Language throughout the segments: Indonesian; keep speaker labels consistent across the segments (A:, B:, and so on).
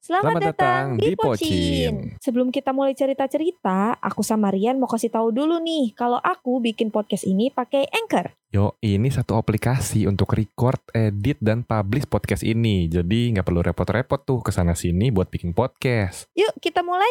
A: Selamat datang di
B: Pocin.
A: Pocin. Sebelum kita mulai cerita-cerita, aku sama Rian mau kasih tahu dulu nih kalau aku bikin podcast ini pakai Anchor.
B: Yo, ini satu aplikasi untuk record, edit, dan publish podcast ini. Jadi nggak perlu repot-repot tuh kesana sini buat bikin podcast.
A: Yuk kita mulai.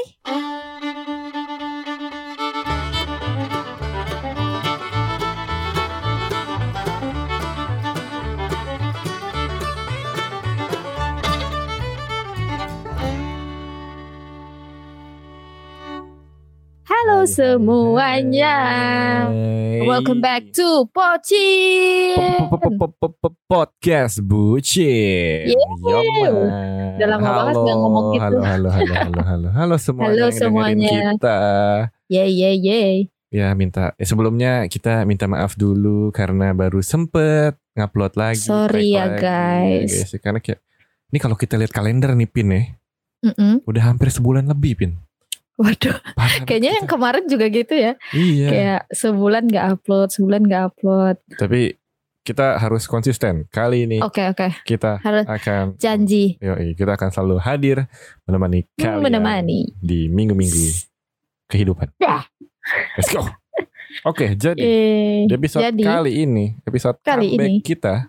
A: Halo semuanya. Welcome back to Pocin.
B: Podcast bucin.
A: Udah lama banget gak ngomong gitu.
B: Halo semuanya yang dengerin kita.
A: Yeay.
B: Ya sebelumnya kita minta maaf dulu karena baru sempet ngupload lagi.
A: Sorry ya guys.
B: Karena ini kalau kita lihat kalender nih Pin ya, udah hampir sebulan lebih Pin.
A: Waduh, kayaknya yang kemarin juga gitu ya.
B: Iya.
A: Kayak sebulan gak upload. Tapi
B: kita harus konsisten. Kali ini kita
A: harus
B: akan
A: janji.
B: Kita akan selalu hadir menemani kalian di minggu-minggu kehidupan. Let's go. Oke, jadi di episode kali ini, episode comeback kita,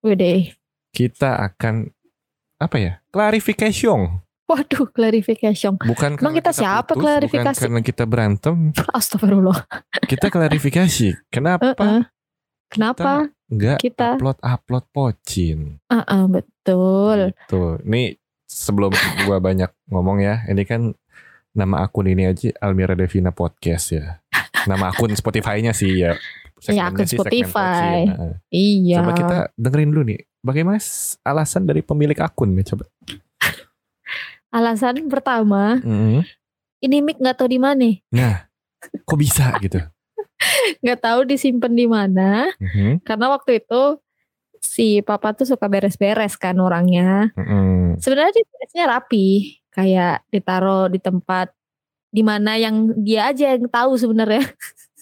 B: kita akan klarifikasi.
A: Waduh, klarifikasi.
B: Bukan
A: emang kita siapa putus, klarifikasi?
B: Bukan karena kita berantem.
A: Astagfirullah.
B: Kita klarifikasi. Kenapa?
A: Kenapa
B: kita upload Pocin?
A: Betul.
B: Gitu. Ini sebelum gua banyak ngomong ya, ini kan nama akun ini aja Almira Devina Podcast ya. Nama akun Spotify-nya sih ya.
A: Ya akun Spotify. Iya.
B: Coba kita dengerin dulu nih. Bagaimana alasan dari pemilik akun nih coba?
A: Alasan pertama, ini mic nggak tahu di mana.
B: Nah, kok bisa gitu?
A: Nggak tahu disimpan di mana. Karena waktu itu si papa tuh suka beres-beres kan orangnya. Sebenarnya beresnya rapi, kayak ditaruh di tempat di mana yang dia aja yang tahu sebenarnya.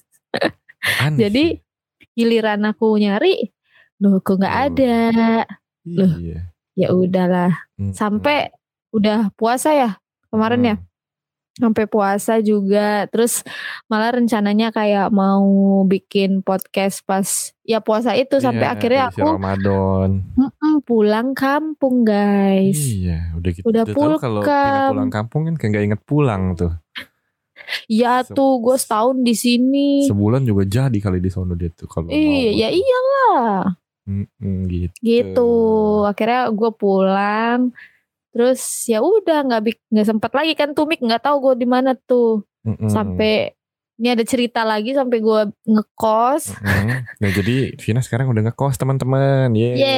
A: Jadi giliran aku nyari, loh kok nggak ada. Loh, ya udahlah. Sampai udah puasa ya kemarin ya, sampai puasa juga. Terus malah rencananya kayak mau bikin podcast pas ya puasa itu, sampai akhirnya aku
B: Ramadan
A: pulang kampung guys.
B: Iya, udah gitu.
A: Udah
B: pulang kampung kan kayak gak inget pulang tuh.
A: Ya tuh gue setahun di sini.
B: Sebulan juga jadi kali di sono dia tuh kalau
A: ya iyalah. Gitu. Akhirnya gue pulang. Terus ya udah nggak sempat lagi kan tuh mic, nggak tahu gue di mana tuh. Sampai ini ada cerita lagi sampai gue ngekos.
B: Nah jadi Vina sekarang udah ngekos teman-teman.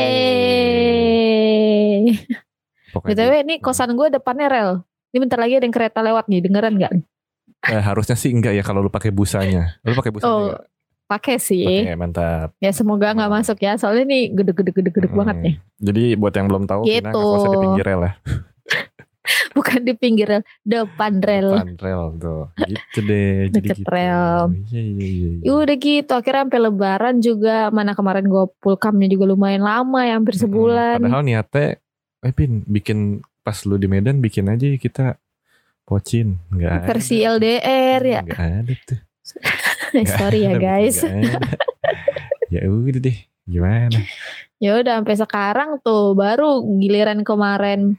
A: Yeay. BTW ini kosan gue depannya rel. Ini bentar lagi ada yang kereta lewat nih, dengeran nggak?
B: Harusnya sih enggak ya kalau lu pakai busanya. Lu pakai busanya?
A: Pakai sih.
B: Oke, mantap.
A: Ya semoga nggak masuk ya. Soalnya nih gede-gede banget nih.
B: Jadi buat yang belum tahu, Vina ngekosnya di pinggir rel ya.
A: Bukan di pinggir rel, depan rel.
B: Depan rel tuh. Gitu deh.
A: Deket
B: gitu.
A: rel.
B: Iya.
A: Udah gitu. Akhirnya sampai lebaran juga. Mana kemarin gue pulkamnya juga lumayan lama ya, hampir sebulan.
B: Padahal niatnya, Pin bikin pas lu di Medan bikin aja kita Pocin. Nggak
A: versi ada. LDR ya.
B: Nggak ada tuh.
A: Sorry ya guys.
B: Ya udah deh, gimana?
A: Ya udah sampai sekarang tuh baru giliran kemarin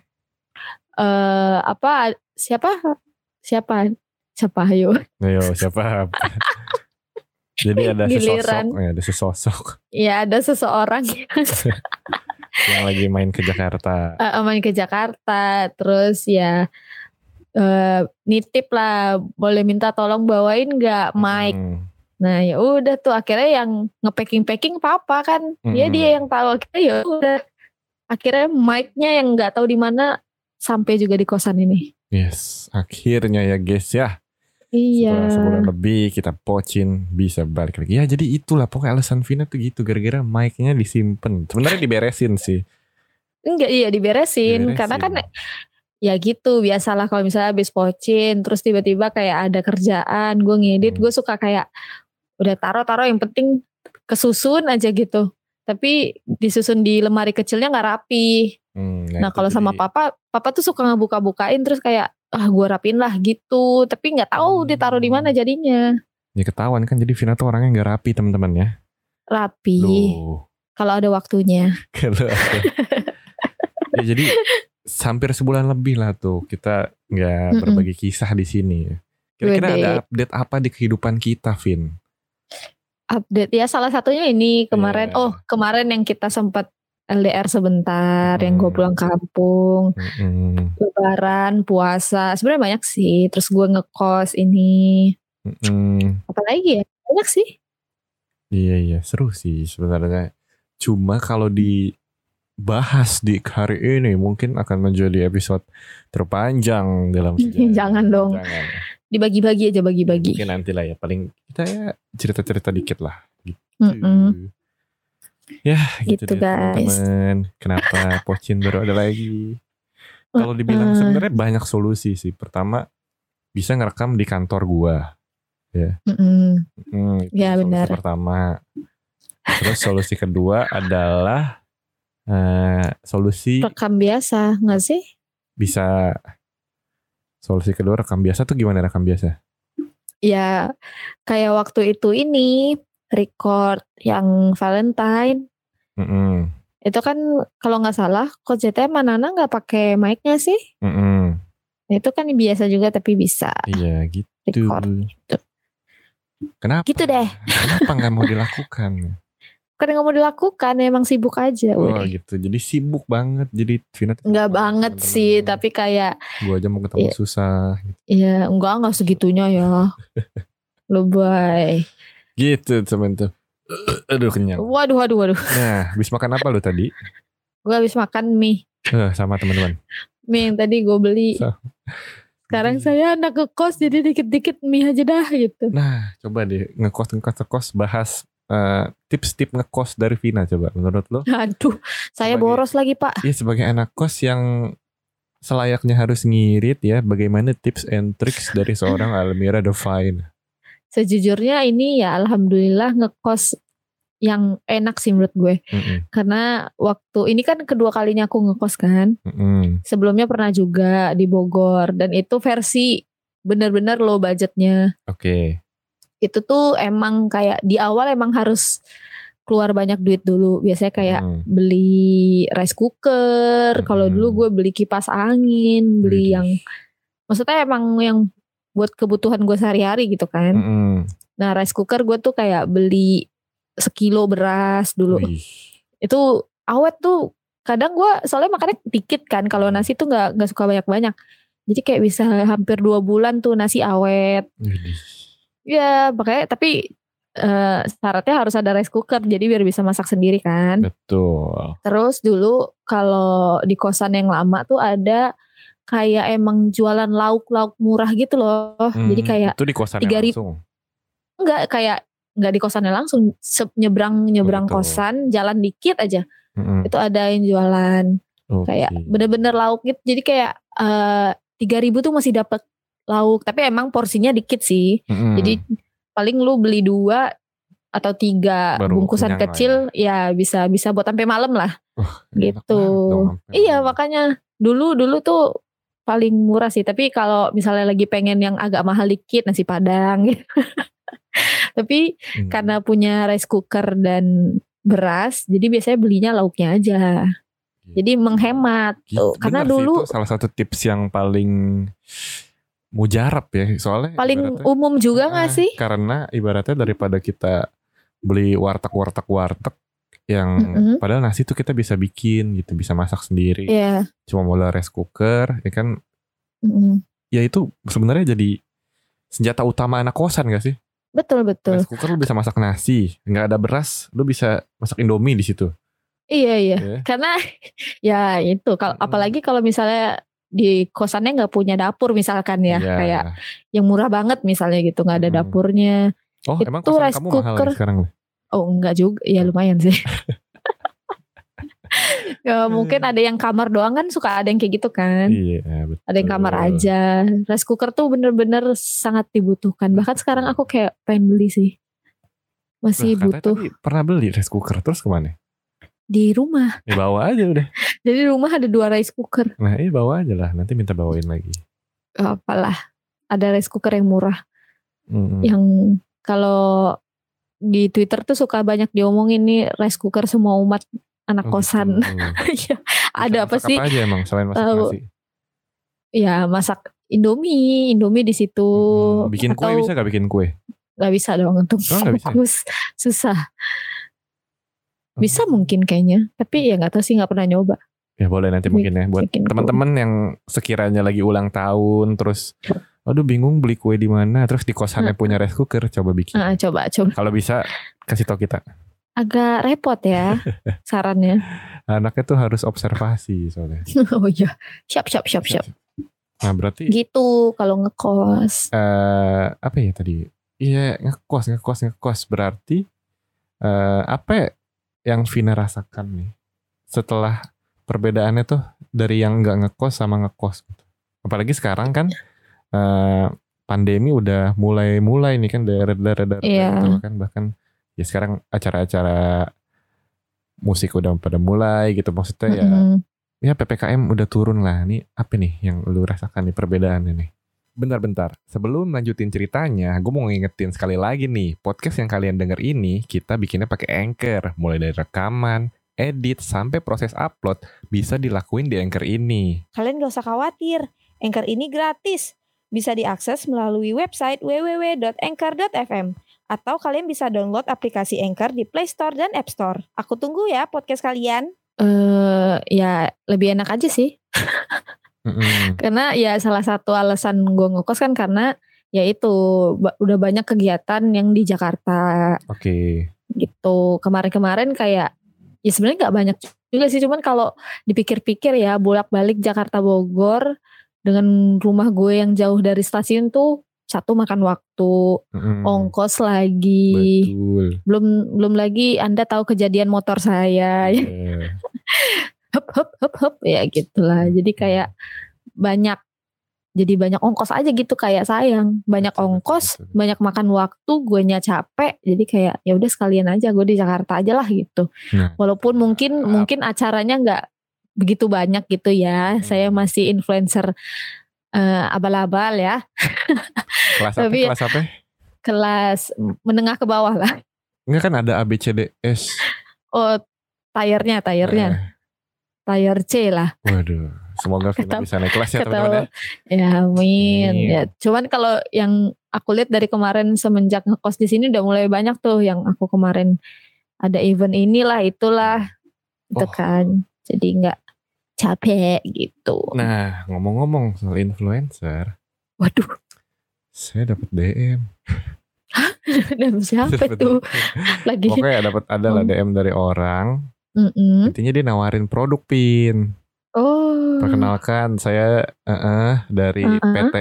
A: siapa ayo
B: siapa? Jadi ada sesosok.
A: Iya ada seseorang
B: yang lagi main ke Jakarta.
A: Terus ya nitip lah, boleh minta tolong bawain nggak mic. Nah ya udah tuh akhirnya yang nge-packing papa kan, dia yang tahu. Akhirnya ya udah, akhirnya mic-nya yang nggak tahu di mana sampai juga di kosan ini.
B: Yes, akhirnya ya guys ya.
A: Iya.
B: Setelah sebulan lebih kita Pocin bisa balik lagi. Ya jadi itulah pokoknya alasan Vina tuh gitu, gara-gara mic-nya disimpan. Sebenarnya diberesin sih.
A: Enggak, iya diberesin. Karena kan ya gitu, biasalah kalau misalnya habis Pocin terus tiba-tiba kayak ada kerjaan, gue ngedit, gue suka kayak udah taruh yang penting kesusun aja gitu. Tapi disusun di lemari kecilnya gak rapi. Nah kalau sama papa tuh suka ngebuka-bukain terus kayak gue rapiin lah gitu, tapi nggak tahu ditaruh di mana jadinya.
B: Ya ketahuan kan, jadi Vina tuh orangnya nggak rapi teman-teman ya.
A: Rapi. Kalau ada waktunya.
B: Ya, jadi hampir sebulan lebih lah tuh kita nggak berbagi kisah di sini. Kira-kira ada update apa di kehidupan kita, Vin?
A: Update ya salah satunya ini kemarin. Kemarin yang kita sempat LDR sebentar, yang gue pulang kampung, Lebaran, puasa, sebenarnya banyak sih. Terus gue ngekos ini, apalagi ya, banyak sih.
B: Iya seru sih sebenarnya. Cuma kalau dibahas di hari ini mungkin akan menjadi episode terpanjang dalam sejarah.
A: Jangan dong, dibagi-bagi aja, bagi-bagi.
B: Mungkin nanti lah ya, paling kita ya cerita-cerita dikit lah. Gitu. Ya gitu deh teman-teman. Kenapa Pocin baru ada lagi? Kalau dibilang sebenarnya banyak solusi sih. Pertama, bisa ngerekam di kantor gua. Ya.
A: Ya benar.
B: Pertama. Terus solusi kedua adalah solusi
A: rekam biasa, nggak sih?
B: Bisa. Solusi kedua rekam biasa tuh gimana rekam biasa?
A: Ya kayak waktu itu ini record yang Valentine. Itu kan kalau nggak salah Coach JT sama Nana nggak pakai mic-nya sih. Itu kan biasa juga tapi bisa.
B: Iya gitu.
A: Record gitu.
B: Kenapa?
A: Gitu deh.
B: Kenapa nggak mau dilakukan?
A: Karena nggak mau dilakukan, emang sibuk aja.
B: Gitu. Jadi sibuk banget. Jadi Vina
A: nggak banget sih, tapi kayak
B: gua aja mau ketemu susah.
A: Iya, enggak segitunya ya. Lo bye.
B: Gitu temen tuh. Aduh kenyang.
A: Waduh.
B: Nah, habis makan apa lo tadi?
A: Gue habis makan mie.
B: Sama teman-teman.
A: Mie yang tadi gue beli. Sekarang saya anak ngekos jadi dikit-dikit mie aja dah gitu.
B: Nah, coba deh ngekos bahas tips-tips ngekos dari Vina coba menurut lo.
A: Aduh, saya boros lagi Pak.
B: Iya, sebagai anak kos yang selayaknya harus ngirit ya, bagaimana tips and tricks dari seorang Almira Devine?
A: Sejujurnya ini ya alhamdulillah ngekos yang enak sih menurut gue. Karena waktu ini kan kedua kalinya aku ngekos kan. Sebelumnya pernah juga di Bogor dan itu versi benar-benar low budgetnya.
B: Oke.
A: Itu tuh emang kayak di awal emang harus keluar banyak duit dulu. Biasanya kayak beli rice cooker. Kalau dulu gue beli kipas angin, beli yang maksudnya emang yang buat kebutuhan gue sehari-hari gitu kan. Nah rice cooker gue tuh kayak beli 1 kilo beras dulu. Itu awet tuh. Kadang gue soalnya makannya dikit kan. Kalau nasi tuh gak suka banyak-banyak. Jadi kayak bisa hampir 2 bulan tuh nasi awet. Ya makanya tapi syaratnya harus ada rice cooker. Jadi biar bisa masak sendiri kan.
B: Betul.
A: Terus dulu kalau di kosan yang lama tuh ada kayak emang jualan lauk-lauk murah gitu loh. Jadi kayak
B: itu di kosannya langsung?
A: Enggak di kosannya langsung. Nyebrang kosan, jalan dikit aja. Itu ada yang jualan. Kayak bener-bener lauk gitu. Jadi kayak 3.000 tuh masih dapat lauk. Tapi emang porsinya dikit sih. Jadi paling lu beli 2 atau 3 bungkusan kecil ya bisa buat sampai malam lah. Gitu. Iya makanya dulu tuh paling murah sih. Tapi kalau misalnya lagi pengen yang agak mahal dikit nasi padang gitu. Tapi karena punya rice cooker dan beras, jadi biasanya belinya lauknya aja. Jadi menghemat tuh. Karena dulu
B: itu salah satu tips yang paling mujarab ya. Soalnya
A: paling umum juga gak sih?
B: Karena ibaratnya daripada kita beli warteg yang padahal nasi tuh kita bisa bikin gitu, bisa masak sendiri. Cuma modal rice cooker ya kan. Ya itu sebenarnya jadi senjata utama anak kosan gak sih?
A: Betul.
B: Rice cooker lu bisa masak nasi, nggak ada beras, lu bisa masak Indomie di situ.
A: Iya. Karena ya itu kalau apalagi kalau misalnya di kosannya nggak punya dapur misalkan ya, kayak yang murah banget misalnya gitu, nggak ada dapurnya.
B: Oh, itu emang kosan rice kamu cooker mahal sekarang?
A: Oh, enggak juga, ya lumayan sih. Ya, mungkin ada yang kamar doang kan, suka ada yang kayak gitu kan.
B: Iya, betul.
A: Ada yang kamar aja. Rice cooker tuh bener-bener sangat dibutuhkan. Bahkan sekarang aku kayak pengen beli sih. Masih butuh.
B: Tadi pernah beli rice cooker, terus kemana?
A: Di rumah.
B: Bawa aja udah.
A: Jadi di rumah ada 2 rice cooker.
B: Nah bawa aja lah, nanti minta bawain lagi.
A: Apalah, ada rice cooker yang murah. Yang kalau di Twitter tuh suka banyak diomongin nih rice cooker semua umat anak kosan. Gitu. Ada apa sih?
B: Apa aja emang selain masak nasi?
A: Ya masak Indomie di situ.
B: Bikin kue bisa gak bikin kue?
A: Gak bisa dong untuk fokus. Susah. Bisa mungkin kayaknya. Tapi ya gak tahu sih, gak pernah nyoba.
B: Ya boleh nanti mungkin ya. Buat teman-teman yang sekiranya lagi ulang tahun. Terus aduh bingung beli kue di mana. Terus di kosannya punya rice cooker. Coba bikin.
A: Coba.
B: Kalau bisa kasih tahu kita.
A: Agak repot ya sarannya.
B: Anaknya tuh harus observasi soalnya.
A: Oh iya. Siap.
B: Nah berarti
A: gitu kalau ngekos.
B: Apa ya tadi? Iya ngekos. Berarti apa yang Vina rasakan nih setelah perbedaannya tuh dari yang nggak ngekos sama ngekos gitu. Apalagi sekarang kan pandemi udah mulai nih kan daerah-daerah gitu kan, bahkan ya sekarang acara-acara musik udah pada mulai gitu, maksudnya ya PPKM udah turun lah. Ini apa nih yang lu rasakan nih perbedaannya nih? Bentar. Sebelum lanjutin ceritanya, gue mau ngingetin sekali lagi nih, podcast yang kalian denger ini kita bikinnya pakai Anchor. Mulai dari rekaman, edit, sampai proses upload bisa dilakuin di Anchor ini.
C: Kalian gak usah khawatir, Anchor ini gratis. Bisa diakses melalui website www.anchor.fm. Atau kalian bisa download aplikasi Anchor di Play Store dan App Store. Aku tunggu ya podcast kalian.
A: Ya lebih enak aja sih. Karena ya salah satu alasan gue ngekos kan karena ya itu udah banyak kegiatan yang di Jakarta.
B: Oke.
A: Gitu. Kemarin kayak ya sebenarnya nggak banyak juga sih, cuman kalau dipikir-pikir ya bolak-balik Jakarta Bogor dengan rumah gue yang jauh dari stasiun tuh, satu makan waktu, ongkos lagi.
B: Betul.
A: Belum lagi Anda tahu kejadian motor saya. Hop ya gitulah. Jadi kayak banyak ongkos aja gitu, kayak sayang. Banyak ongkos, banyak makan waktu, guenya capek. Jadi kayak ya udah sekalian aja gue di Jakarta aja lah gitu. Walaupun mungkin acaranya nggak begitu banyak gitu ya. Saya masih influencer abal-abal ya.
B: Kelas apa?
A: Kelas menengah ke bawah lah.
B: Enggak kan ada ABCDS.
A: Oh, tayarnya. Tayar C lah.
B: Waduh, semoga Vina bisa naik kelas ya teman-teman ya.
A: Ya amin. Ya, cuman kalau yang aku lihat dari kemarin semenjak ngekos di sini udah mulai banyak tuh yang aku kemarin ada event inilah itulah gitu kan. Jadi nggak capek gitu.
B: Nah, ngomong-ngomong soal influencer.
A: Waduh.
B: Saya dapat DM.
A: Hah? DM siapa tuh? Lagi.
B: Pokoknya adalah DM dari orang. Intinya dia nawarin produk, Pin.
A: Oh.
B: Perkenalkan saya dari PT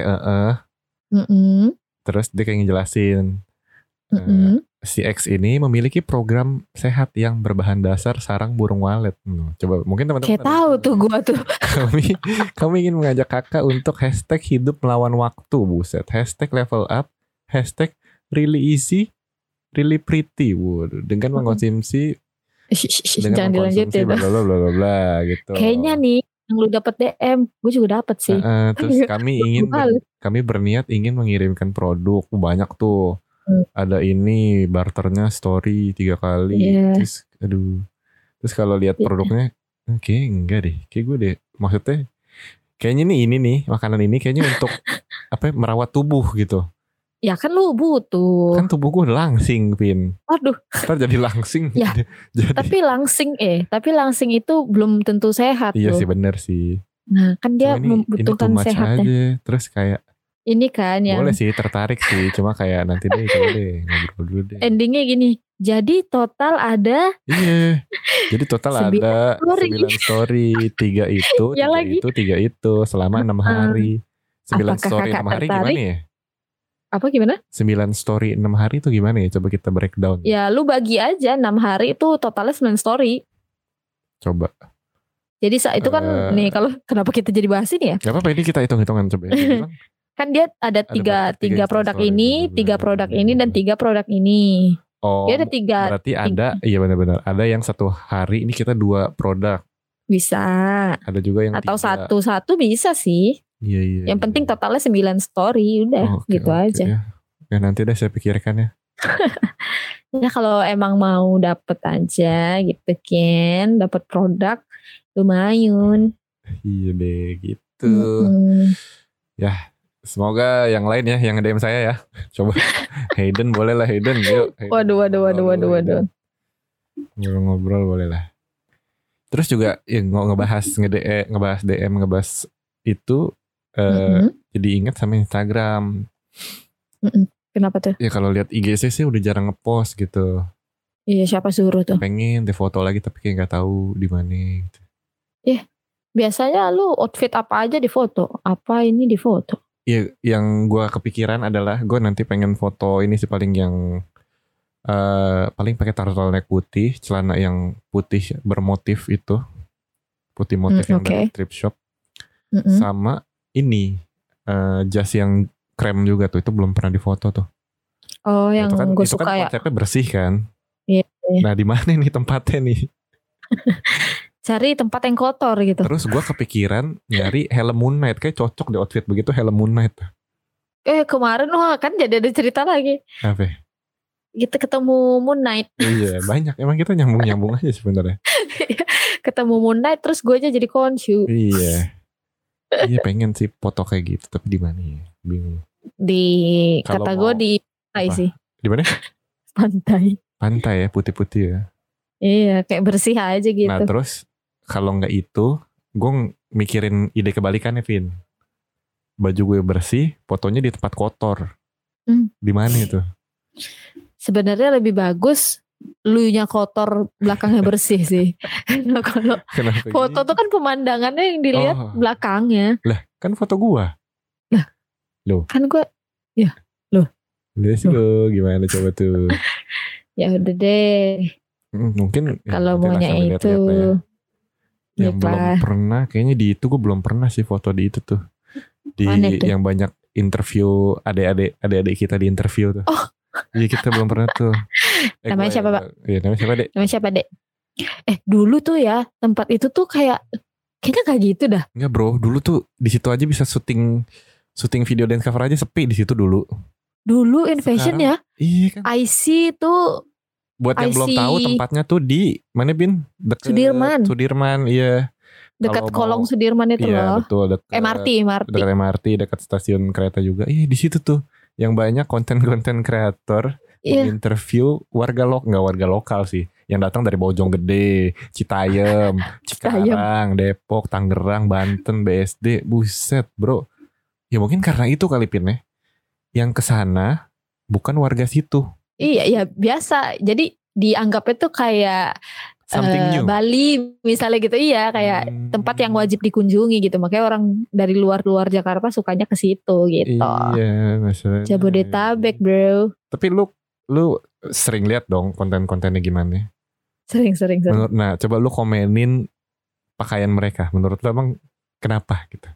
B: Terus dia kayak ngejelasin si X ini memiliki program sehat yang berbahan dasar sarang burung walet. Coba mungkin teman-teman
A: kayak tahu tuh gua tuh.
B: kami ingin mengajak kakak untuk #hidup melawan waktu. Buset. #level up. #really easy, really pretty. Waduh, dengan mengkonsumsi
A: jangan dilanjutin
B: bla bla bla bla gitu.
A: Kayaknya nih yang lu dapat DM, gue juga dapat sih.
B: Terus kami berniat ingin mengirimkan produk banyak tuh. Ada ini barternya story 3 kali. Terus kalau lihat produknya, oke, enggak deh. Kayak gue deh. Maksudnya kayaknya ini nih makanan ini kayaknya untuk merawat tubuh gitu.
A: Ya kan lu butuh.
B: Kan tubuh gue langsing, Pin.
A: Waduh.
B: Ntar jadi langsing.
A: Ya, tapi langsing itu belum tentu sehat.
B: Iya sih, bener sih.
A: Nah kan dia membutuhkan sehat
B: aja. Terus kayak
A: ini kan yang
B: boleh sih, tertarik sih. Cuma kayak nanti coba deh ngobrol dulu deh.
A: Endingnya gini. Jadi total ada.
B: Iya. Jadi total ada 9 story. 3 itu, 3 itu selama 6 hari. 9 story 6 hari gimana ya?
A: Apa gimana?
B: 9 story 6 hari itu gimana ya? Coba kita breakdown.
A: Ya lu bagi aja 6 hari itu totalnya 9 story.
B: Coba.
A: Jadi itu kan nih kalau kenapa kita jadi bahas ini ya?
B: Gak apa-apa, ini kita hitung-hitungan coba ya.
A: Kan dia ada tiga produk ini, 3 produk ini dan 3 produk ini.
B: Oh,
A: dia ada 3.
B: Berarti ada, iya benar-benar. Ada yang 1 hari ini kita 2 produk.
A: Bisa.
B: Ada juga yang
A: atau
B: 3.
A: satu bisa sih.
B: Iya.
A: Yang penting totalnya 9 story, udah gitu aja.
B: Ya nanti deh saya pikirkan ya.
A: Ya kalau emang mau dapet aja gitu kan, dapet produk lumayan.
B: Iya deh gitu. Ya semoga yang lain ya yang DM saya ya. Coba Hayden boleh lah Hayden. Yuk. Hayden.
A: Waduh.
B: Ngobrol boleh lah. Terus juga ya ngebahas DM ngebahas itu jadi ingat sama Instagram.
A: Kenapa tuh?
B: Ya kalau lihat IG sih udah jarang ngepost gitu.
A: Iya siapa suruh tuh?
B: Pengen deh foto lagi tapi kayak nggak tahu di mana gitu.
A: Biasanya lu outfit apa aja di foto? Apa ini di foto?
B: Iya, yang gue kepikiran adalah gue nanti pengen foto ini sih paling yang paling pakai turtleneck putih, celana yang putih bermotif itu, putih motif yang dari thrift shop, sama ini jas yang krem juga tuh, itu belum pernah difoto tuh.
A: Oh, yang gue suka
B: kan
A: ya.
B: Konsepnya bersih kan.
A: Iya.
B: Nah di mana nih tempatnya nih?
A: Cari tempat yang kotor gitu.
B: Terus gue kepikiran nyari helm Moon Knight, kayak cocok deh outfit begitu helm Moon Knight.
A: Kemarin kan jadi ada cerita lagi.
B: Apa?
A: Kita ketemu Moon Knight.
B: Iya banyak, emang kita nyambung aja sebenarnya.
A: Ketemu Moon Knight terus gue aja jadi konsyu.
B: Iya pengen sih foto kayak gitu, tapi di mana ya? Bingung.
A: Kata gue di pantai sih.
B: Di mana? Pantai ya, putih-putih ya.
A: Iya, kayak bersih aja gitu.
B: Nah terus kalau nggak itu, gue mikirin ide kebalikannya, Vin. Baju gue bersih, fotonya di tempat kotor. Di mana itu?
A: Sebenarnya lebih bagus lunya kotor, belakangnya bersih sih. Kalau foto tuh kan pemandangannya yang dilihat belakangnya.
B: Lah, kan foto gue.
A: Lah,
B: loh.
A: Kan gue, ya, loh.
B: Let's go, gimana coba tuh?
A: Ya udah deh.
B: Mungkin
A: kalau maunya itu
B: ya. Yang belum pernah kayaknya di itu gue belum pernah sih foto di itu tuh, di yang banyak interview adik-adik kita di interview tuh. Iya kita belum pernah tuh.
A: Namanya siapa Pak?
B: Iya namanya siapa Dek?
A: Dulu tuh ya tempat itu tuh kayaknya gak gitu dah.
B: Enggak bro, dulu tuh di situ aja bisa syuting video dance cover aja sepi di situ dulu.
A: Dulu in fashion ya.
B: Iya kan.
A: IC tuh.
B: Buat yang belum tahu tempatnya tuh di mana Bin? Dekat Sudirman, iya.
A: Dekat kolong Sudirman itu loh.
B: Iya betul, dekat
A: Dekat
B: MRT, dekat stasiun kereta juga. Iya di situ tuh yang banyak konten kreator interview warga lokal sih. Yang datang dari Bojonggede, Citayam, Cikarang, Depok, Tangerang, Banten, BSD. Buset bro. Ya mungkin karena itu kali Pin ya. Yang kesana bukan warga situ.
A: Iya ya biasa. Jadi dianggapnya tuh kayak Bali misalnya gitu. Iya kayak tempat yang wajib dikunjungi gitu. Makanya orang dari luar Jakarta sukanya ke situ gitu.
B: Iya maksudnya
A: Jabodetabek bro.
B: Tapi lu sering lihat dong konten-kontennya gimana?
A: Sering.
B: Nah coba lu komenin pakaian mereka. Menurut lu emang kenapa gitu?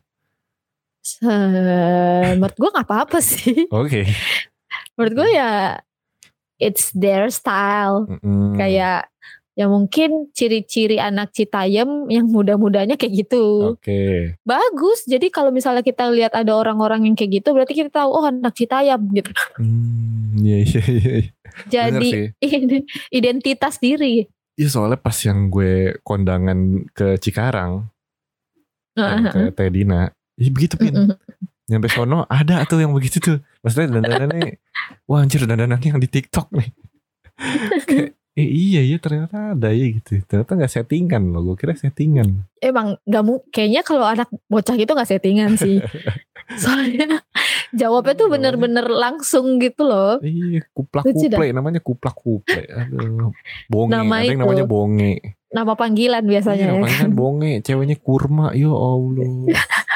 A: Menurut gue gak apa-apa sih.
B: Oke.
A: Menurut gue ya it's their style. Kayak ya mungkin ciri-ciri anak Citayam yang muda-mudanya kayak gitu.
B: Oke.
A: Bagus. Jadi kalau misalnya kita lihat ada orang-orang yang kayak gitu, berarti kita tahu anak Citayam gitu.
B: Iya.
A: Jadi identitas diri.
B: Iya soalnya pas yang gue kondangan ke Cikarang, ke Teh Dina, ya begitu Pin. Nyampe sono ada tuh yang begitu tuh. Maksudnya dandanannya, wah anjir dandanannya yang di TikTok nih. Kayak, iya ternyata ada ya gitu. Ternyata gak settingan loh. Gue kira settingan.
A: Emang kayaknya kalau anak bocah gitu gak settingan sih. Soalnya jawabnya tuh bener-bener langsung gitu loh.
B: Iya kuplak-kuple. Namanya kuplak-kuple. Aduh. Bonge. Ada yang namanya bonge.
A: Nama panggilan biasanya.
B: Iya, nama panggilan bonge. Ceweknya kurma. Ya Allah.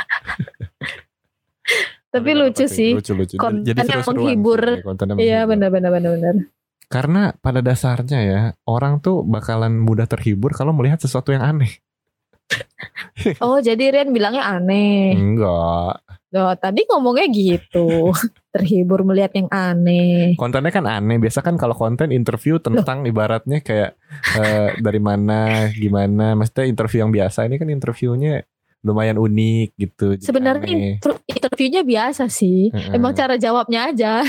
A: Tapi lucu sih.
B: Lucu.
A: Konten yang menghibur. Iya benar.
B: Karena pada dasarnya ya orang tuh bakalan mudah terhibur kalau melihat sesuatu yang aneh.
A: Oh jadi Rian bilangnya aneh.
B: Enggak.
A: Tadi ngomongnya gitu. Terhibur melihat yang aneh.
B: Kontennya kan aneh. Biasa kan kalau konten interview tentang ibaratnya kayak dari mana, gimana. Maksudnya interview yang biasa. Ini kan interviewnya lumayan unik gitu.
A: Sebenarnya interviewnya biasa sih. Emang cara jawabnya aja.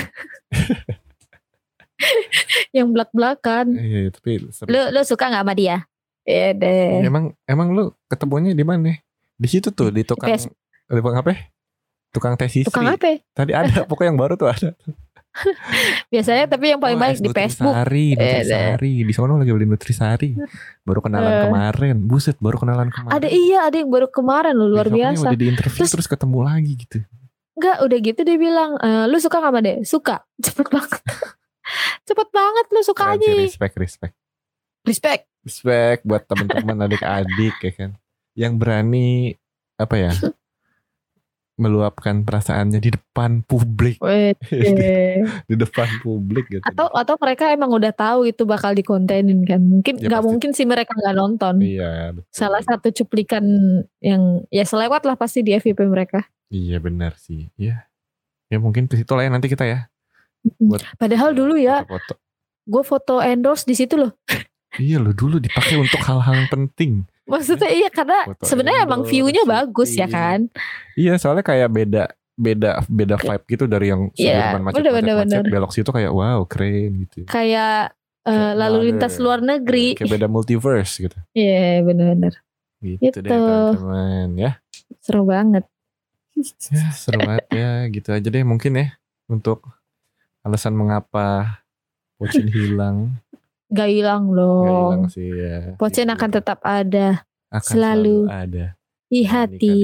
A: Yang belak-belakan.
B: Iya, tapi
A: lu suka nggak sama dia? Iya deh.
B: Emang lu ketemunya di mana? Di situ tuh, di tukang apa? Tukang tes istri.
A: Tukang apa?
B: Tadi ada, pokoknya yang baru tuh ada.
A: Biasanya tapi yang paling baik di Facebook.
B: Nutrisari. Di sono lagi beli Nutrisari. Baru kenalan kemarin. Buset, baru kenalan kemarin.
A: Ada yang baru kemarin loh, luar biasa.
B: Udah di interview terus ketemu lagi gitu.
A: Enggak, udah gitu dia bilang, lu suka gak sama dia? Suka. Cepet banget. Cepet banget lu suka aja. Respect
B: buat teman-teman adik-adik ya kan. Yang berani apa ya? Meluapkan perasaannya di depan publik. Di depan publik gitu.
A: Atau mereka emang udah tahu itu bakal dikontenin kan. Mungkin ya, gak mungkin sih mereka gak nonton.
B: Iya, betul.
A: Salah satu cuplikan yang ya selewat lah pasti di FYP mereka.
B: Iya benar sih. Ya mungkin ke situ lah ya nanti kita ya.
A: Padahal dulu ya gue foto endorse di situ loh.
B: Iya loh, dulu dipakai untuk hal-hal yang penting.
A: Maksudnya iya karena sebenarnya emang view-nya bagus ya kan.
B: Iya soalnya kayak beda vibe gitu dari yang Sudirman macet belok situ kayak wow keren gitu.
A: Kayak lalu lintas luar negeri.
B: Kayak beda multiverse gitu.
A: Iya benar-benar.
B: Gitu deh teman-teman ya.
A: Seru banget.
B: Ya seru banget ya gitu aja deh mungkin ya untuk alasan mengapa Pocin hilang.
A: Gak hilang loh.
B: Gak hilang sih ya.
A: Pocin akan tetap ada. Selalu
B: ada.
A: Di hati.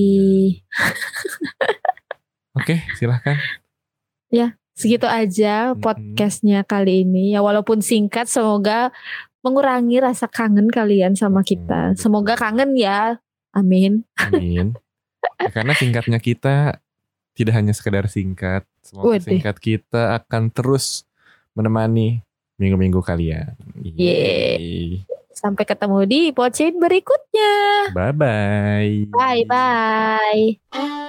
B: Oke, silahkan.
A: Ya, segitu aja podcastnya kali ini. Ya walaupun singkat, semoga mengurangi rasa kangen kalian sama kita. Semoga kangen ya. Amin.
B: Amin. Ya, karena singkatnya kita tidak hanya sekedar singkat. Semoga singkat kita akan terus menemani minggu-minggu kalian.
A: Yeay. Sampai ketemu di Pocin berikutnya.
B: Bye-bye.
A: Bye-bye.